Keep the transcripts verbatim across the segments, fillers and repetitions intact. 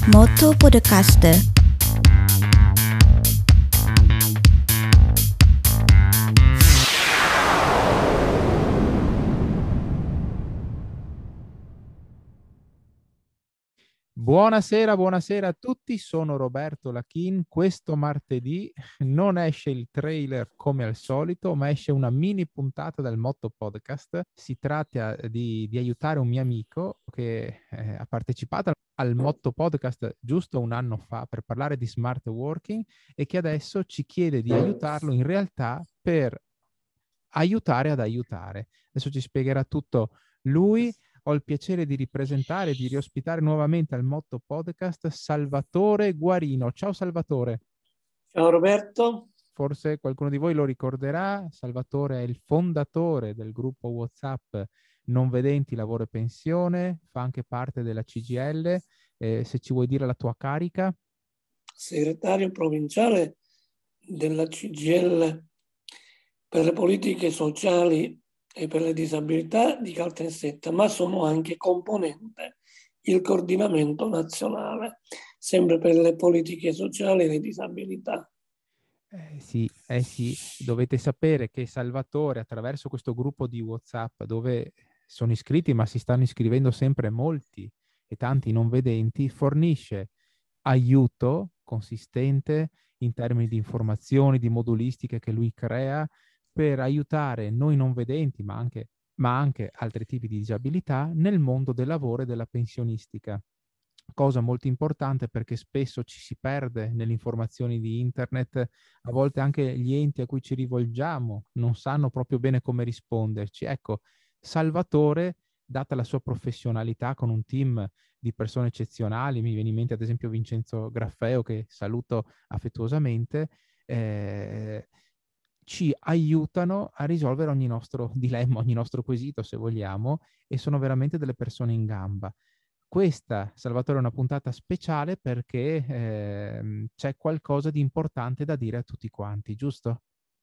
Moto Podcast. Buonasera, buonasera a tutti, sono Roberto Lachin. Questo martedì non esce il trailer come al solito, ma esce una mini puntata del Motto Podcast. Si tratta di, di aiutare un mio amico che eh, ha partecipato al Motto Podcast giusto un anno fa per parlare di smart working e che adesso ci chiede di aiutarlo in realtà per aiutare ad aiutare. Adesso ci spiegherà tutto lui. Ho il piacere di ripresentare, di riospitare nuovamente al Motto Podcast Salvatore Guarino. Ciao Salvatore. Ciao Roberto. Forse qualcuno di voi lo ricorderà, Salvatore è il fondatore del gruppo WhatsApp Non Vedenti Lavoro e Pensione, fa anche parte della C G I L. Eh, se ci vuoi dire la tua carica. Segretario provinciale della C G I L per le politiche sociali e per le disabilità di Caltanissetta, ma sono anche componente il coordinamento nazionale, sempre per le politiche sociali e le disabilità. Eh sì, eh sì, dovete sapere che Salvatore, attraverso questo gruppo di WhatsApp, dove sono iscritti, ma si stanno iscrivendo sempre molti e tanti non vedenti, fornisce aiuto consistente in termini di informazioni, di modulistiche che lui crea per aiutare noi non vedenti, ma anche, ma anche altri tipi di disabilità nel mondo del lavoro e della pensionistica. Cosa molto importante perché spesso ci si perde nelle informazioni di internet, a volte anche gli enti a cui ci rivolgiamo non sanno proprio bene come risponderci. Ecco, Salvatore, data la sua professionalità con un team di persone eccezionali, mi viene in mente ad esempio Vincenzo Graffeo, che saluto affettuosamente, eh, ci aiutano a risolvere ogni nostro dilemma, ogni nostro quesito, se vogliamo, e sono veramente delle persone in gamba. Questa, Salvatore, è una puntata speciale perché eh, c'è qualcosa di importante da dire a tutti quanti, giusto?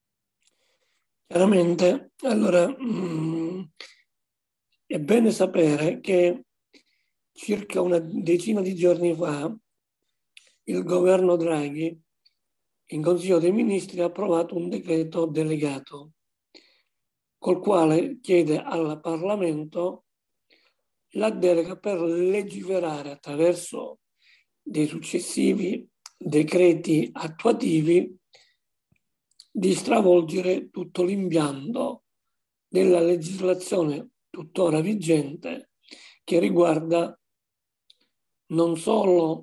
Chiaramente, allora, mh, è bene sapere che circa una decina di giorni fa il governo Draghi in Consiglio dei Ministri ha approvato un decreto delegato col quale chiede al Parlamento la delega per legiferare attraverso dei successivi decreti attuativi di stravolgere tutto l'impianto della legislazione tuttora vigente che riguarda non solo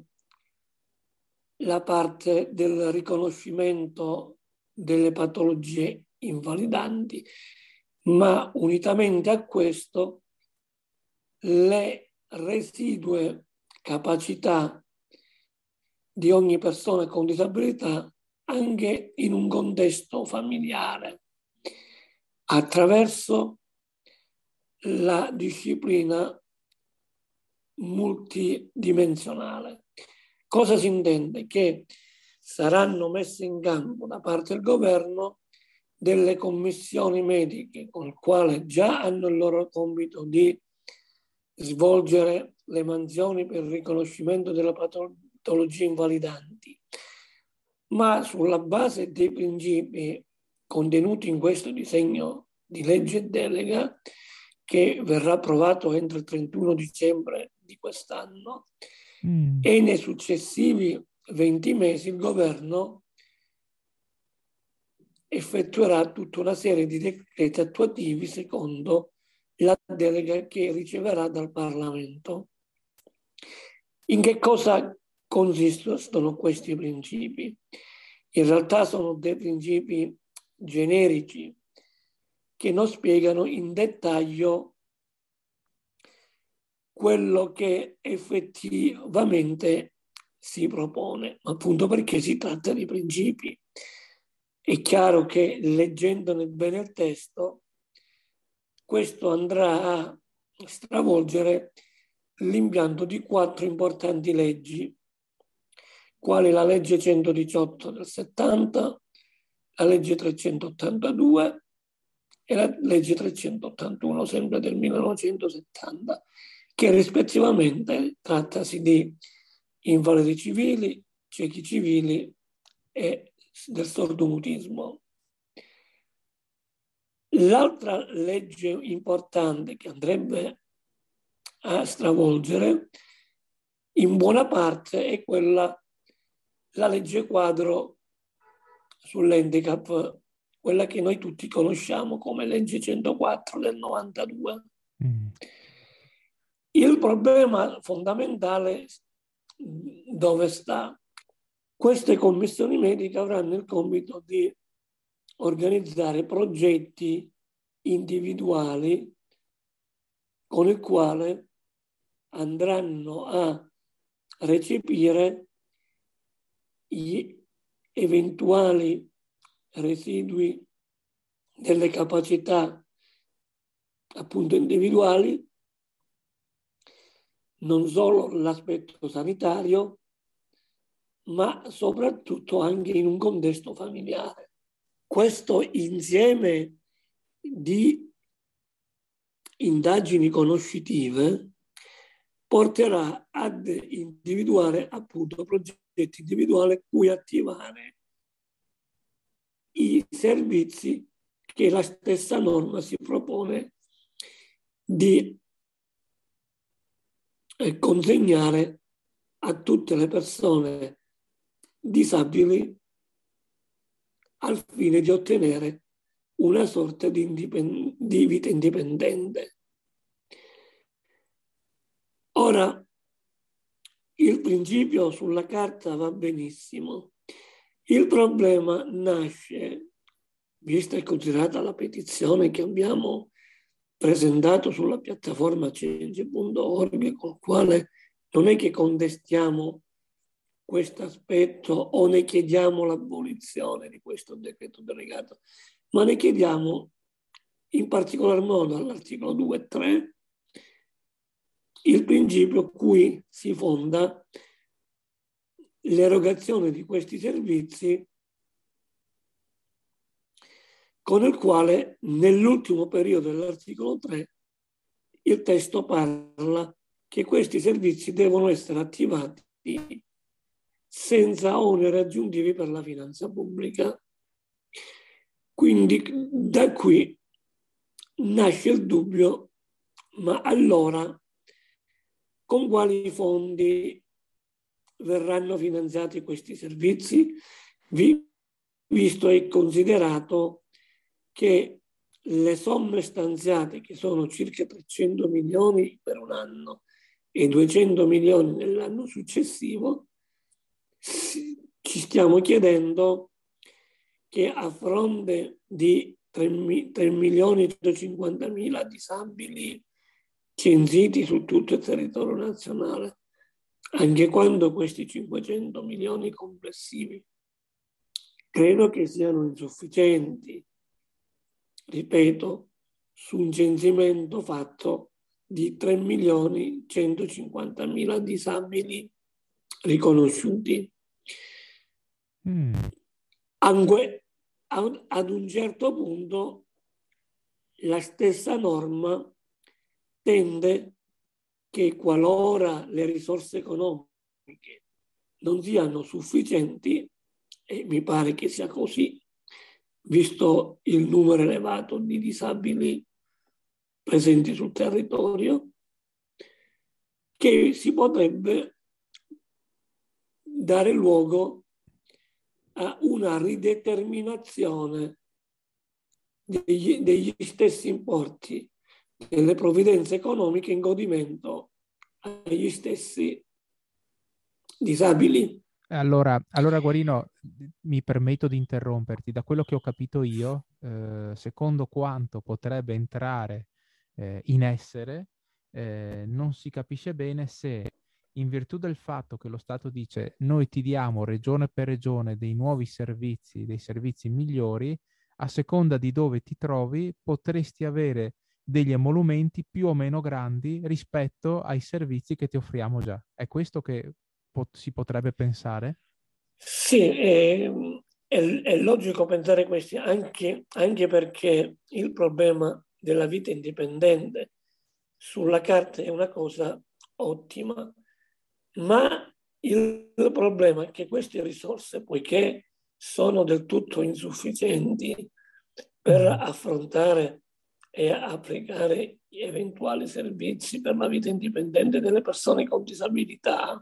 la parte del riconoscimento delle patologie invalidanti, ma unitamente a questo le residue capacità di ogni persona con disabilità anche in un contesto familiare, attraverso la disciplina multidimensionale. Cosa si intende? Che saranno messe in campo da parte del governo delle commissioni mediche con le quali già hanno il loro compito di svolgere le mansioni per il riconoscimento delle patologie invalidanti, ma sulla base dei principi contenuti in questo disegno di legge delega che verrà approvato entro il trentuno dicembre di quest'anno mm. e nei successivi venti mesi il governo effettuerà tutta una serie di decreti attuativi secondo la delega che riceverà dal Parlamento. In che cosa consistono questi principi? In realtà sono dei principi generici che non spiegano in dettaglio quello che effettivamente si propone, appunto perché si tratta di principi. È chiaro che leggendone bene il testo, questo andrà a stravolgere l'impianto di quattro importanti leggi, quali la legge centodiciotto del settanta, la legge trecentottantadue e la legge trecentottantuno, sempre del millenovecentosettanta, che rispettivamente trattasi di invalidi civili, ciechi civili e del sordomutismo. L'altra legge importante che andrebbe a stravolgere in buona parte è quella, la legge quadro sull'handicap, quella che noi tutti conosciamo come legge centoquattro del novantadue. Mm. Il problema fondamentale dove sta? Queste commissioni mediche avranno il compito di organizzare progetti individuali con il quale andranno a recepire gli eventuali residui delle capacità appunto individuali, non solo l'aspetto sanitario, ma soprattutto anche in un contesto familiare. Questo insieme di indagini conoscitive porterà ad individuare appunto progetti individuali cui attivare i servizi che la stessa norma si propone di consegnare a tutte le persone disabili al fine di ottenere una sorta di, indipend- di vita indipendente. Ora, il principio sulla carta va benissimo. Il problema nasce, vista e considerata la petizione che abbiamo presentato sulla piattaforma change punto org, col quale non è che contestiamo questo aspetto o ne chiediamo l'abolizione di questo decreto delegato, ma ne chiediamo in particolar modo all'articolo due e tre il principio cui si fonda l'erogazione di questi servizi, con il quale nell'ultimo periodo dell'articolo tre il testo parla che questi servizi devono essere attivati senza oneri aggiuntivi per la finanza pubblica. Quindi da qui nasce il dubbio, ma allora con quali fondi verranno finanziati questi servizi, visto e considerato che le somme stanziate, che sono circa trecento milioni per un anno e duecento milioni nell'anno successivo, ci stiamo chiedendo che a fronte di tre milioni e centocinquantamila disabili censiti su tutto il territorio nazionale, anche quando questi cinquecento milioni complessivi credo che siano insufficienti, ripeto, su un censimento fatto di tre milioni centocinquantamila disabili riconosciuti. Mm. Anche ad un certo punto la stessa norma tende che qualora le risorse economiche non siano sufficienti, e mi pare che sia così, visto il numero elevato di disabili presenti sul territorio, che si potrebbe dare luogo a una rideterminazione degli, degli stessi importi delle provvidenze economiche in godimento agli stessi disabili. Allora, allora Guarino, mi permetto di interromperti. Da quello che ho capito io, eh, secondo quanto potrebbe entrare eh, in essere, eh, non si capisce bene se, in virtù del fatto che lo Stato dice noi ti diamo regione per regione dei nuovi servizi, dei servizi migliori, a seconda di dove ti trovi potresti avere degli emolumenti più o meno grandi rispetto ai servizi che ti offriamo già. È questo che pot- si potrebbe pensare? Sì, è, è, è logico pensare questo, anche, anche perché il problema della vita indipendente sulla carta è una cosa ottima, ma Il problema è che queste risorse, poiché sono del tutto insufficienti per affrontare e applicare eventuali servizi per la vita indipendente delle persone con disabilità,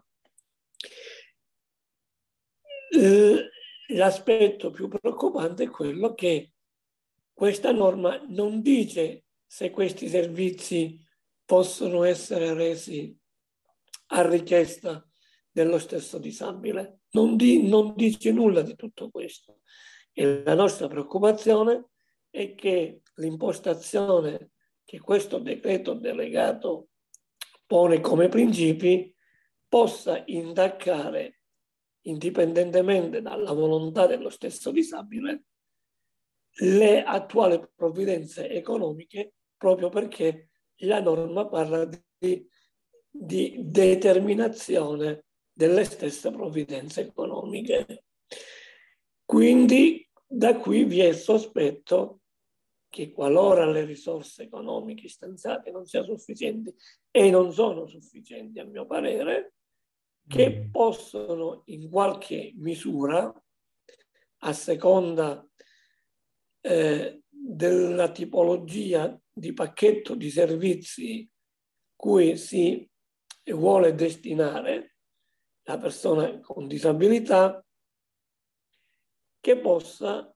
l'aspetto più preoccupante è quello che questa norma non dice se questi servizi possono essere resi a richiesta dello stesso disabile. Non, di, non dice nulla di tutto questo. E la nostra preoccupazione è che l'impostazione che questo decreto delegato pone come principi possa intaccare, indipendentemente dalla volontà dello stesso disabile, le attuali provvidenze economiche, proprio perché la norma parla di, di determinazione delle stesse provvidenze economiche. Quindi da qui vi è il sospetto che qualora le risorse economiche stanziate non siano sufficienti, e non sono sufficienti a mio parere, che possono in qualche misura, a seconda eh, della tipologia di pacchetto di servizi cui si vuole destinare la persona con disabilità, che possa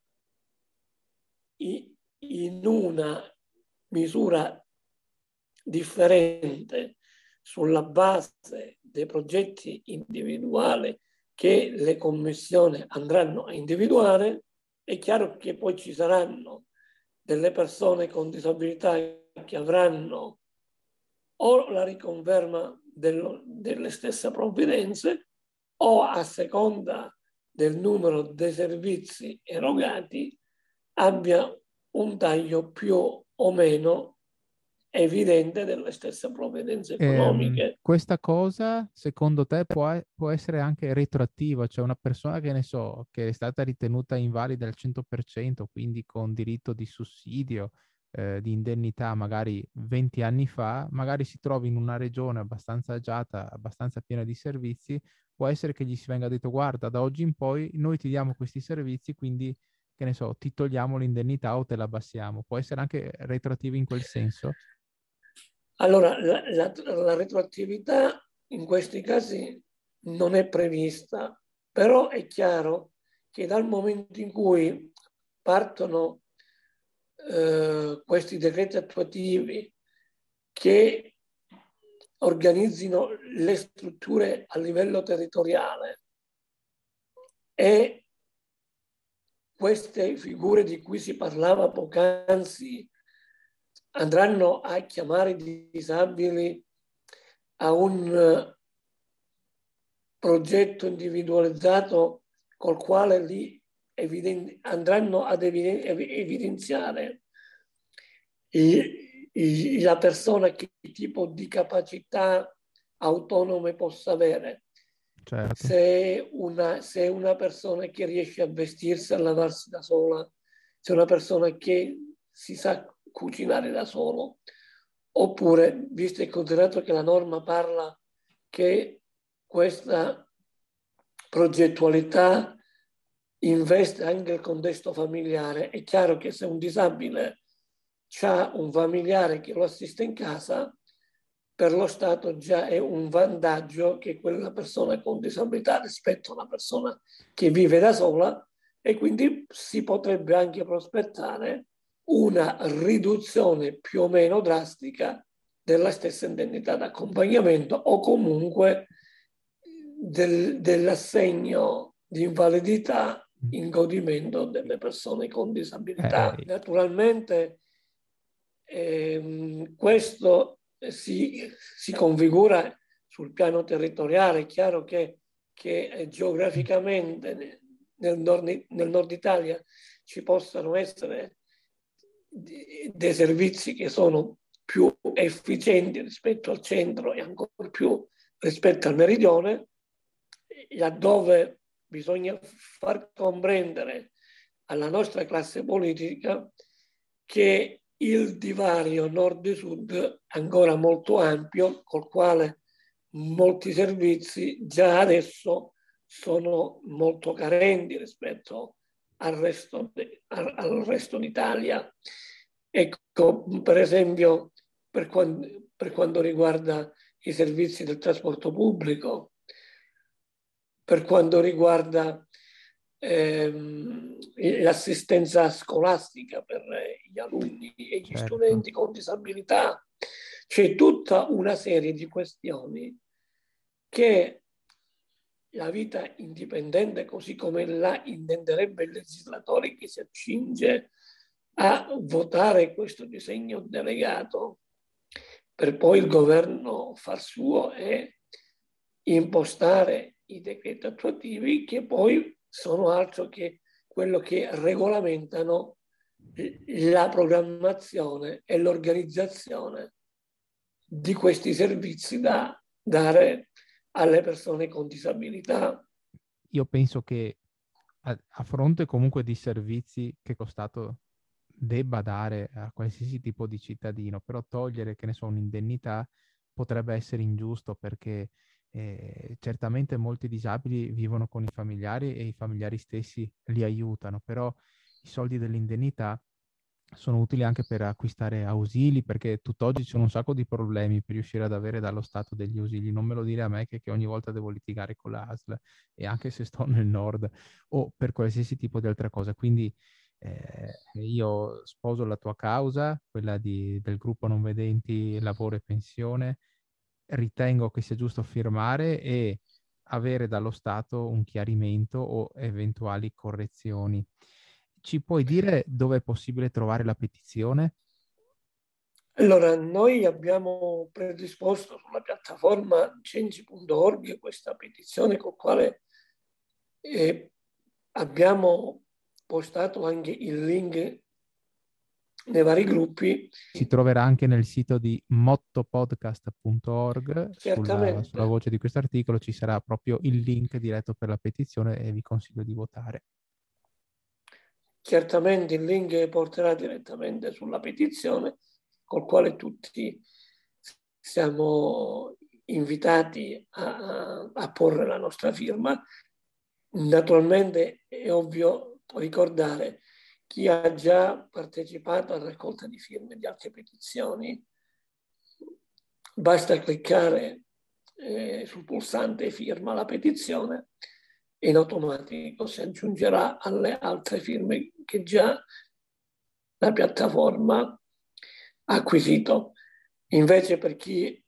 in una misura differente, sulla base dei progetti individuali che le commissioni andranno a individuare. È chiaro che poi ci saranno delle persone con disabilità che avranno o la riconferma dello, delle stesse provvidenze, o a seconda del numero dei servizi erogati abbia un taglio più o meno evidente delle stesse provvidenze economiche. Ehm, questa cosa, secondo te, può, può essere anche retroattiva? Cioè una persona che ne so, che è stata ritenuta invalida al cento per cento, quindi con diritto di sussidio, eh, di indennità magari venti anni fa, magari si trovi in una regione abbastanza agiata, abbastanza piena di servizi, può essere che gli si venga detto: guarda, da oggi in poi noi ti diamo questi servizi, quindi, che ne so, ti togliamo l'indennità o te la abbassiamo. Può essere anche retroattiva in quel senso? Allora, la, la, la retroattività in questi casi non è prevista, però è chiaro che dal momento in cui partono eh, questi decreti attuativi che organizzino le strutture a livello territoriale, e queste figure di cui si parlava poc'anzi andranno a chiamare i disabili a un progetto individualizzato col quale li eviden- andranno ad eviden- evidenziare i, i, la persona che tipo di capacità autonome possa avere. Certo. Se una, se una persona che riesce a vestirsi, a lavarsi da sola, se una persona che si sa cucinare da solo, oppure, visto e considerato che la norma parla che questa progettualità investe anche il contesto familiare, è chiaro che se un disabile ha un familiare che lo assiste in casa, per lo Stato già è un vantaggio che quella persona con disabilità rispetto a una persona che vive da sola, e quindi si potrebbe anche prospettare una riduzione più o meno drastica della stessa indennità d'accompagnamento, o comunque del, dell'assegno di invalidità in godimento delle persone con disabilità. Eh, Naturalmente ehm, questo si, si configura sul piano territoriale. È chiaro che, che eh, geograficamente nel nord, nel nord Italia ci possano essere dei servizi che sono più efficienti rispetto al centro e ancora più rispetto al meridione, laddove bisogna far comprendere alla nostra classe politica che il divario nord-sud è ancora molto ampio, col quale molti servizi già adesso sono molto carenti rispetto al resto, de, al, al resto d'Italia. Ecco, per esempio, per quanto, per quanto riguarda i servizi del trasporto pubblico, per quanto riguarda ehm, l'assistenza scolastica per gli alunni e gli Certo. studenti con disabilità. C'è tutta una serie di questioni che la vita indipendente, così come la intenderebbe il legislatore che si accinge a votare questo disegno delegato, per poi il governo far suo e impostare i decreti attuativi, che poi sono altro che quello che regolamentano la programmazione e l'organizzazione di questi servizi da dare alle persone con disabilità. Io penso che a, a fronte comunque di servizi che lo Stato debba dare a qualsiasi tipo di cittadino, però togliere, che ne so, un'indennità potrebbe essere ingiusto, perché eh, certamente molti disabili vivono con i familiari e i familiari stessi li aiutano, però i soldi dell'indennità sono utili anche per acquistare ausili, perché tutt'oggi ci sono un sacco di problemi per riuscire ad avere dallo Stato degli ausili. Non me lo dire a me che, che ogni volta devo litigare con l'A S L, e anche se sto nel nord, o per qualsiasi tipo di altra cosa. Quindi eh, io sposo la tua causa, quella di, del gruppo non vedenti lavoro e pensione. Ritengo che sia giusto firmare e avere dallo Stato un chiarimento o eventuali correzioni. Ci puoi dire dove è possibile trovare la petizione? Allora, noi abbiamo predisposto sulla piattaforma censi punto org questa petizione con la quale eh, abbiamo postato anche il link nei vari gruppi. Si troverà anche nel sito di mottopodcast punto org, sulla, sulla Certamente, voce di questo articolo ci sarà proprio il link diretto per la petizione e vi consiglio di votare. certamente il link porterà direttamente sulla petizione, col quale tutti siamo invitati a, a porre la nostra firma. Naturalmente è ovvio ricordare chi ha già partecipato alla raccolta di firme di altre petizioni. Basta cliccare eh, sul pulsante firma la petizione e in automatico si aggiungerà alle altre firme che già la piattaforma ha acquisito. Invece per chi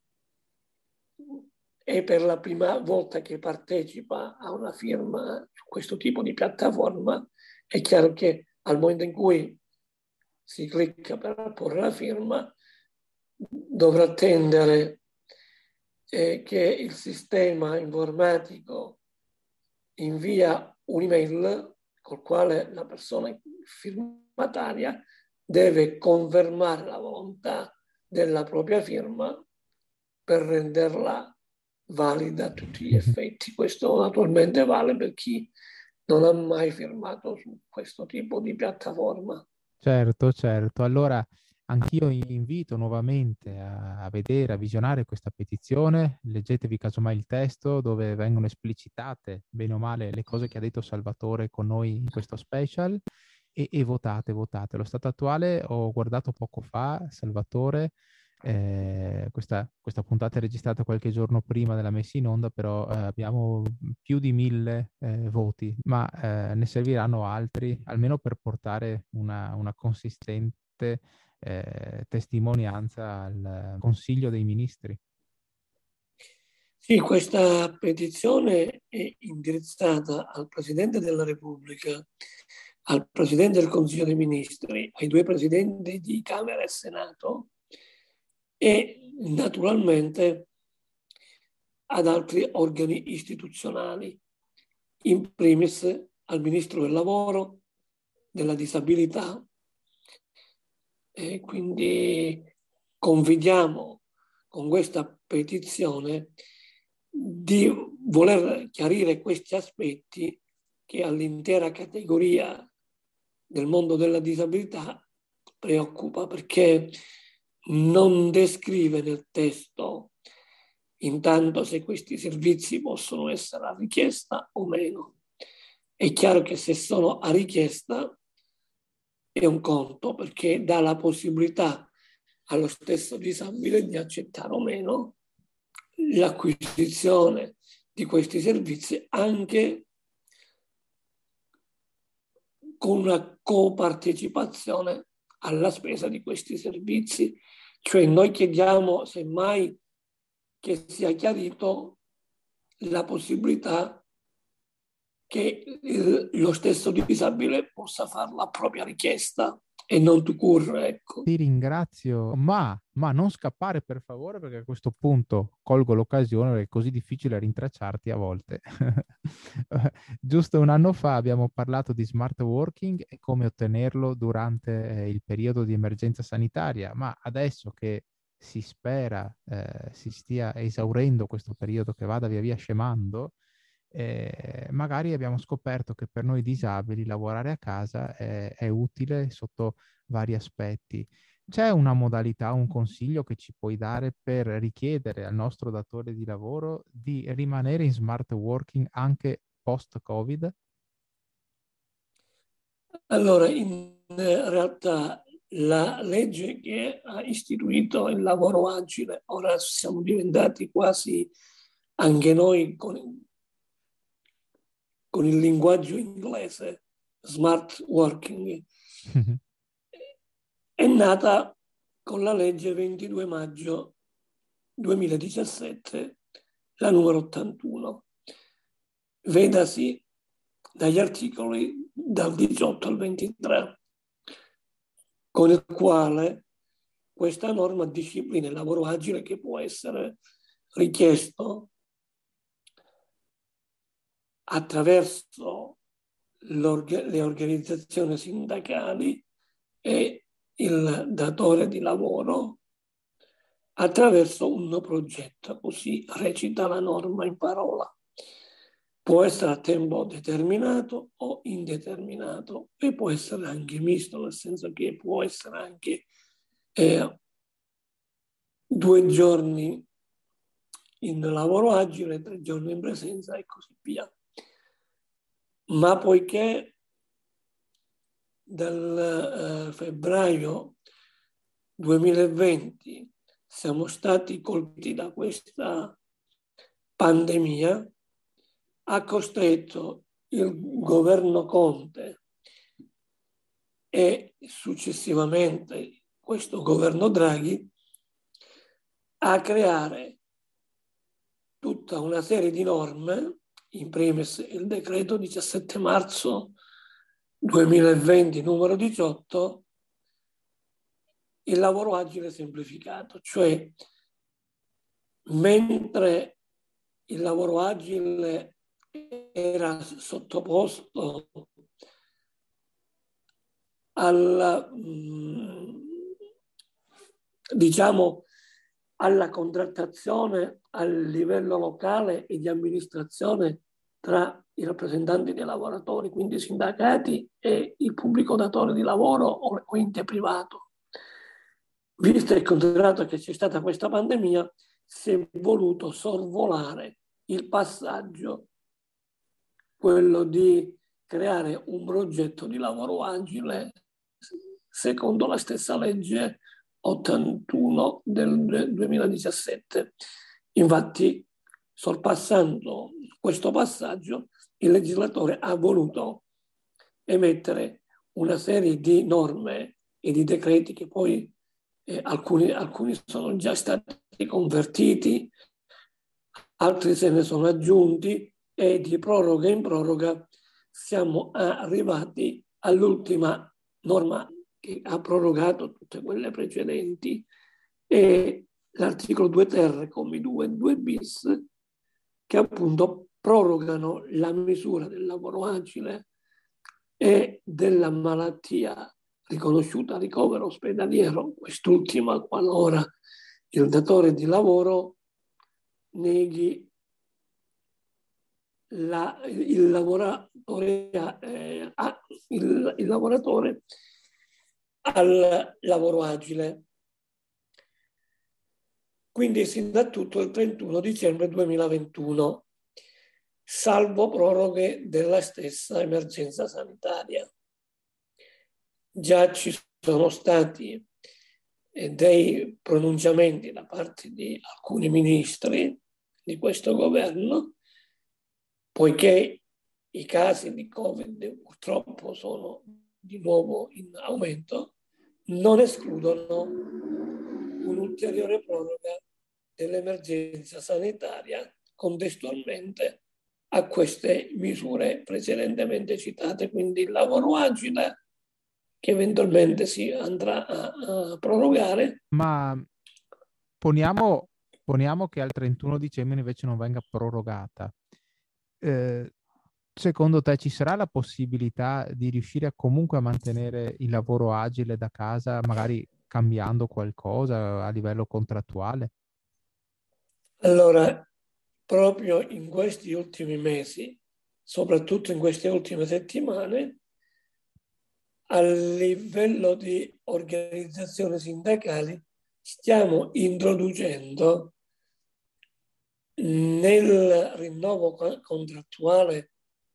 è per la prima volta che partecipa a una firma su questo tipo di piattaforma, è chiaro che al momento in cui si clicca per apporre la firma, dovrà attendere eh, che il sistema informatico invia un'email col quale la persona firmataria deve confermare la volontà della propria firma per renderla valida a tutti gli effetti. Questo naturalmente vale per chi non ha mai firmato su questo tipo di piattaforma. Certo, certo. Allora anch'io invito nuovamente a, a vedere, a visionare questa petizione. Leggetevi casomai il testo dove vengono esplicitate bene o male le cose che ha detto Salvatore con noi in questo special, e, e votate, votate. Lo stato attuale ho guardato poco fa, Salvatore, eh, questa, questa puntata è registrata qualche giorno prima della messa in onda, però eh, abbiamo più di mille eh, voti, ma eh, ne serviranno altri, almeno per portare una, una consistente eh, testimonianza al Consiglio dei Ministri. Sì, questa petizione è indirizzata al Presidente della Repubblica, al Presidente del Consiglio dei Ministri, ai due Presidenti di Camera e Senato e naturalmente ad altri organi istituzionali, in primis al Ministro del Lavoro, della Disabilità. E quindi confidiamo con questa petizione di voler chiarire questi aspetti che all'intera categoria del mondo della disabilità preoccupa, perché non descrive nel testo intanto se questi servizi possono essere a richiesta o meno. È chiaro che se sono a richiesta è un conto, perché dà la possibilità allo stesso disabile di accettare o meno l'acquisizione di questi servizi, anche con una copartecipazione alla spesa di questi servizi. Cioè noi chiediamo semmai che sia chiarito la possibilità che il, lo stesso disabile possa fare la propria richiesta e non tout court, ecco. Ti ringrazio, ma, ma non scappare per favore, perché a questo punto colgo l'occasione, perché è così difficile rintracciarti a volte. Giusto un anno fa abbiamo parlato di smart working e come ottenerlo durante eh, il periodo di emergenza sanitaria, ma adesso che si spera eh, si stia esaurendo questo periodo, che vada via via scemando, eh, magari abbiamo scoperto che per noi disabili lavorare a casa è, è utile sotto vari aspetti. C'è una modalità, un consiglio che ci puoi dare per richiedere al nostro datore di lavoro di rimanere in smart working anche post-Covid? Allora, in realtà la legge che ha istituito il lavoro agile, ora siamo diventati quasi anche noi con, con il linguaggio inglese, smart working, è nata con la legge ventidue maggio duemiladiciassette, la numero ottantuno. Vedasi dagli articoli dal diciotto al ventitré, con il quale questa norma disciplina il lavoro agile che può essere richiesto attraverso le organizzazioni sindacali e il datore di lavoro attraverso un progetto, così recita la norma in parola. Può essere a tempo determinato o indeterminato e può essere anche misto, nel senso che può essere anche eh, due giorni in lavoro agile, tre giorni in presenza e così via. Ma poiché dal eh, febbraio duemilaventi siamo stati colpiti da questa pandemia, ha costretto il governo Conte e successivamente questo governo Draghi a creare tutta una serie di norme, in primis il decreto diciassette marzo duemilaventi numero diciotto, il lavoro agile semplificato, cioè mentre il lavoro agile era sottoposto alla, diciamo, alla contrattazione a livello locale e di amministrazione tra i rappresentanti dei lavoratori, quindi i sindacati e il pubblico datore di lavoro o, o ente privato. Visto e considerato che c'è stata questa pandemia, si è voluto sorvolare il passaggio, quello di creare un progetto di lavoro agile secondo la stessa legge ottantuno del duemiladiciassette. Infatti, sorpassando questo passaggio, il legislatore ha voluto emettere una serie di norme e di decreti che poi eh, alcuni, alcuni sono già stati convertiti, altri se ne sono aggiunti e di proroga in proroga siamo arrivati all'ultima norma che ha prorogato tutte quelle precedenti, e l'articolo due ter, commi due e due bis, che appunto prorogano la misura del lavoro agile e della malattia riconosciuta a ricovero ospedaliero, quest'ultima qualora il datore di lavoro neghi la, il, lavoratore, eh, il, il lavoratore al lavoro agile. quindi sin da tutto il trentuno dicembre duemilaventuno, salvo proroghe della stessa emergenza sanitaria. Già ci sono stati eh, dei pronunciamenti da parte di alcuni ministri di questo governo, poiché i casi di Covid purtroppo sono di nuovo in aumento, non escludono un'ulteriore proroga dell'emergenza sanitaria contestualmente a queste misure precedentemente citate, quindi il lavoro agile che eventualmente si andrà a, a prorogare. Ma poniamo, poniamo che al trentuno dicembre invece non venga prorogata. Eh, secondo te ci sarà la possibilità di riuscire a comunque a mantenere il lavoro agile da casa, magari cambiando qualcosa a livello contrattuale? Allora, proprio in questi ultimi mesi, soprattutto in queste ultime settimane, a livello di organizzazioni sindacali stiamo introducendo nel rinnovo contrattuale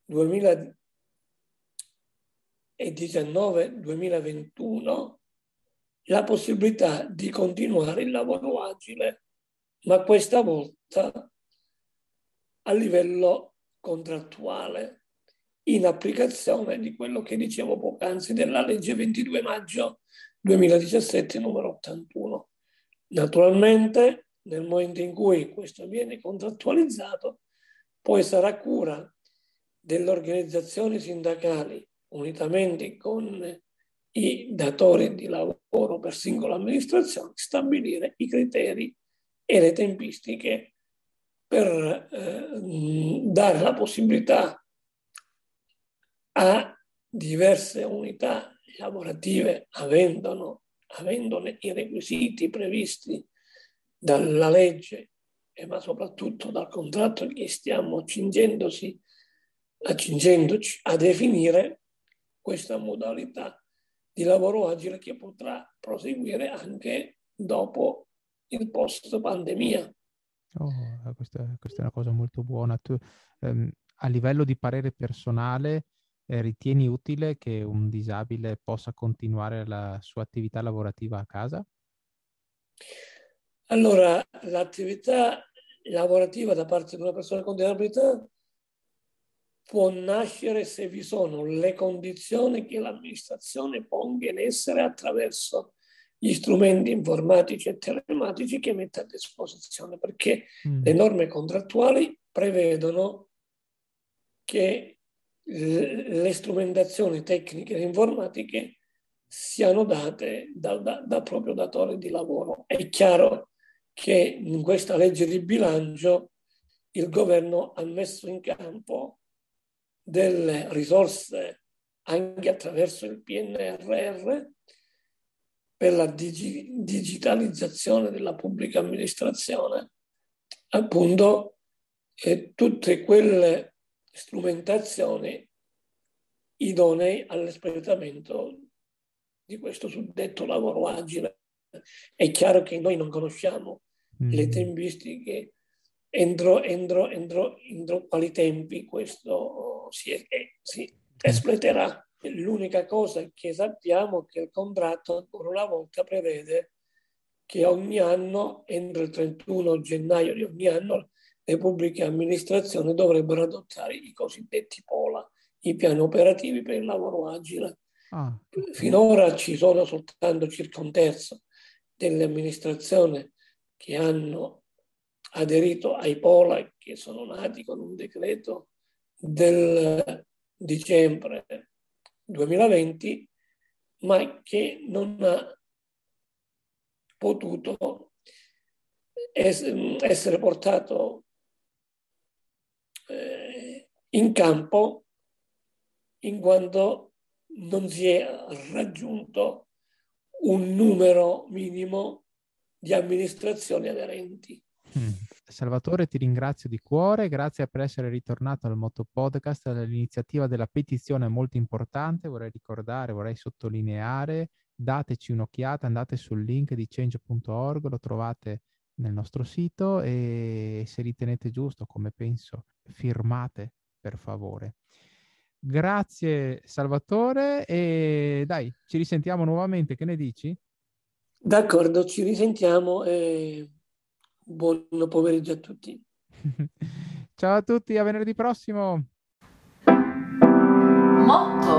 duemiladiciannove duemilaventuno la possibilità di continuare il lavoro agile, ma questa volta a livello contrattuale, in applicazione di quello che dicevo poc'anzi della legge ventidue maggio duemiladiciassette numero ottantuno. Naturalmente, nel momento in cui questo viene contrattualizzato, poi sarà cura delle organizzazioni sindacali, unitamente con i datori di lavoro per singola amministrazione, stabilire i criteri e le tempistiche per eh, dare la possibilità a diverse unità lavorative avendone, avendone i requisiti previsti dalla legge, eh, ma soprattutto dal contratto che stiamo accingendosi, accingendoci a definire, questa modalità di lavoro agile che potrà proseguire anche dopo il post pandemia. Oh, questa, questa è una cosa molto buona. Tu, ehm, a livello di parere personale, eh, ritieni utile che un disabile possa continuare la sua attività lavorativa a casa? Allora, l'attività lavorativa da parte di una persona con disabilità può nascere se vi sono le condizioni che l'amministrazione ponga in essere attraverso gli strumenti informatici e telematici che mette a disposizione, perché mm. le norme contrattuali prevedono che le strumentazioni tecniche e informatiche siano date dal da, da proprio datore di lavoro. È chiaro che in questa legge di bilancio il governo ha messo in campo delle risorse anche attraverso il P N R R per la digi- digitalizzazione della pubblica amministrazione, appunto eh, tutte quelle strumentazioni idonei all'espletamento di questo suddetto lavoro agile. È chiaro che noi non conosciamo mm. le tempistiche, entro, entro, entro, entro quali tempi questo si, eh, si espleterà. L'unica cosa che sappiamo è che il contratto ancora una volta prevede che ogni anno, entro il trentuno gennaio di ogni anno, le pubbliche amministrazioni dovrebbero adottare i cosiddetti P O L A, i piani operativi per il lavoro agile. Ah, okay. Finora ci sono soltanto circa un terzo delle amministrazioni che hanno aderito ai P O L A, che sono nati con un decreto del dicembre duemilaventi, ma che non ha potuto essere portato in campo in quanto non si è raggiunto un numero minimo di amministrazioni aderenti. Mm. Salvatore, ti ringrazio di cuore, grazie per essere ritornato al Moto Podcast. L'iniziativa della petizione è molto importante, vorrei ricordare, vorrei sottolineare, dateci un'occhiata, andate sul link di change punto org, lo trovate nel nostro sito, e se ritenete giusto, come penso, firmate per favore. Grazie Salvatore, e dai, ci risentiamo nuovamente, che ne dici? D'accordo, ci risentiamo e buon pomeriggio a tutti. Ciao a tutti, a venerdì prossimo. Motto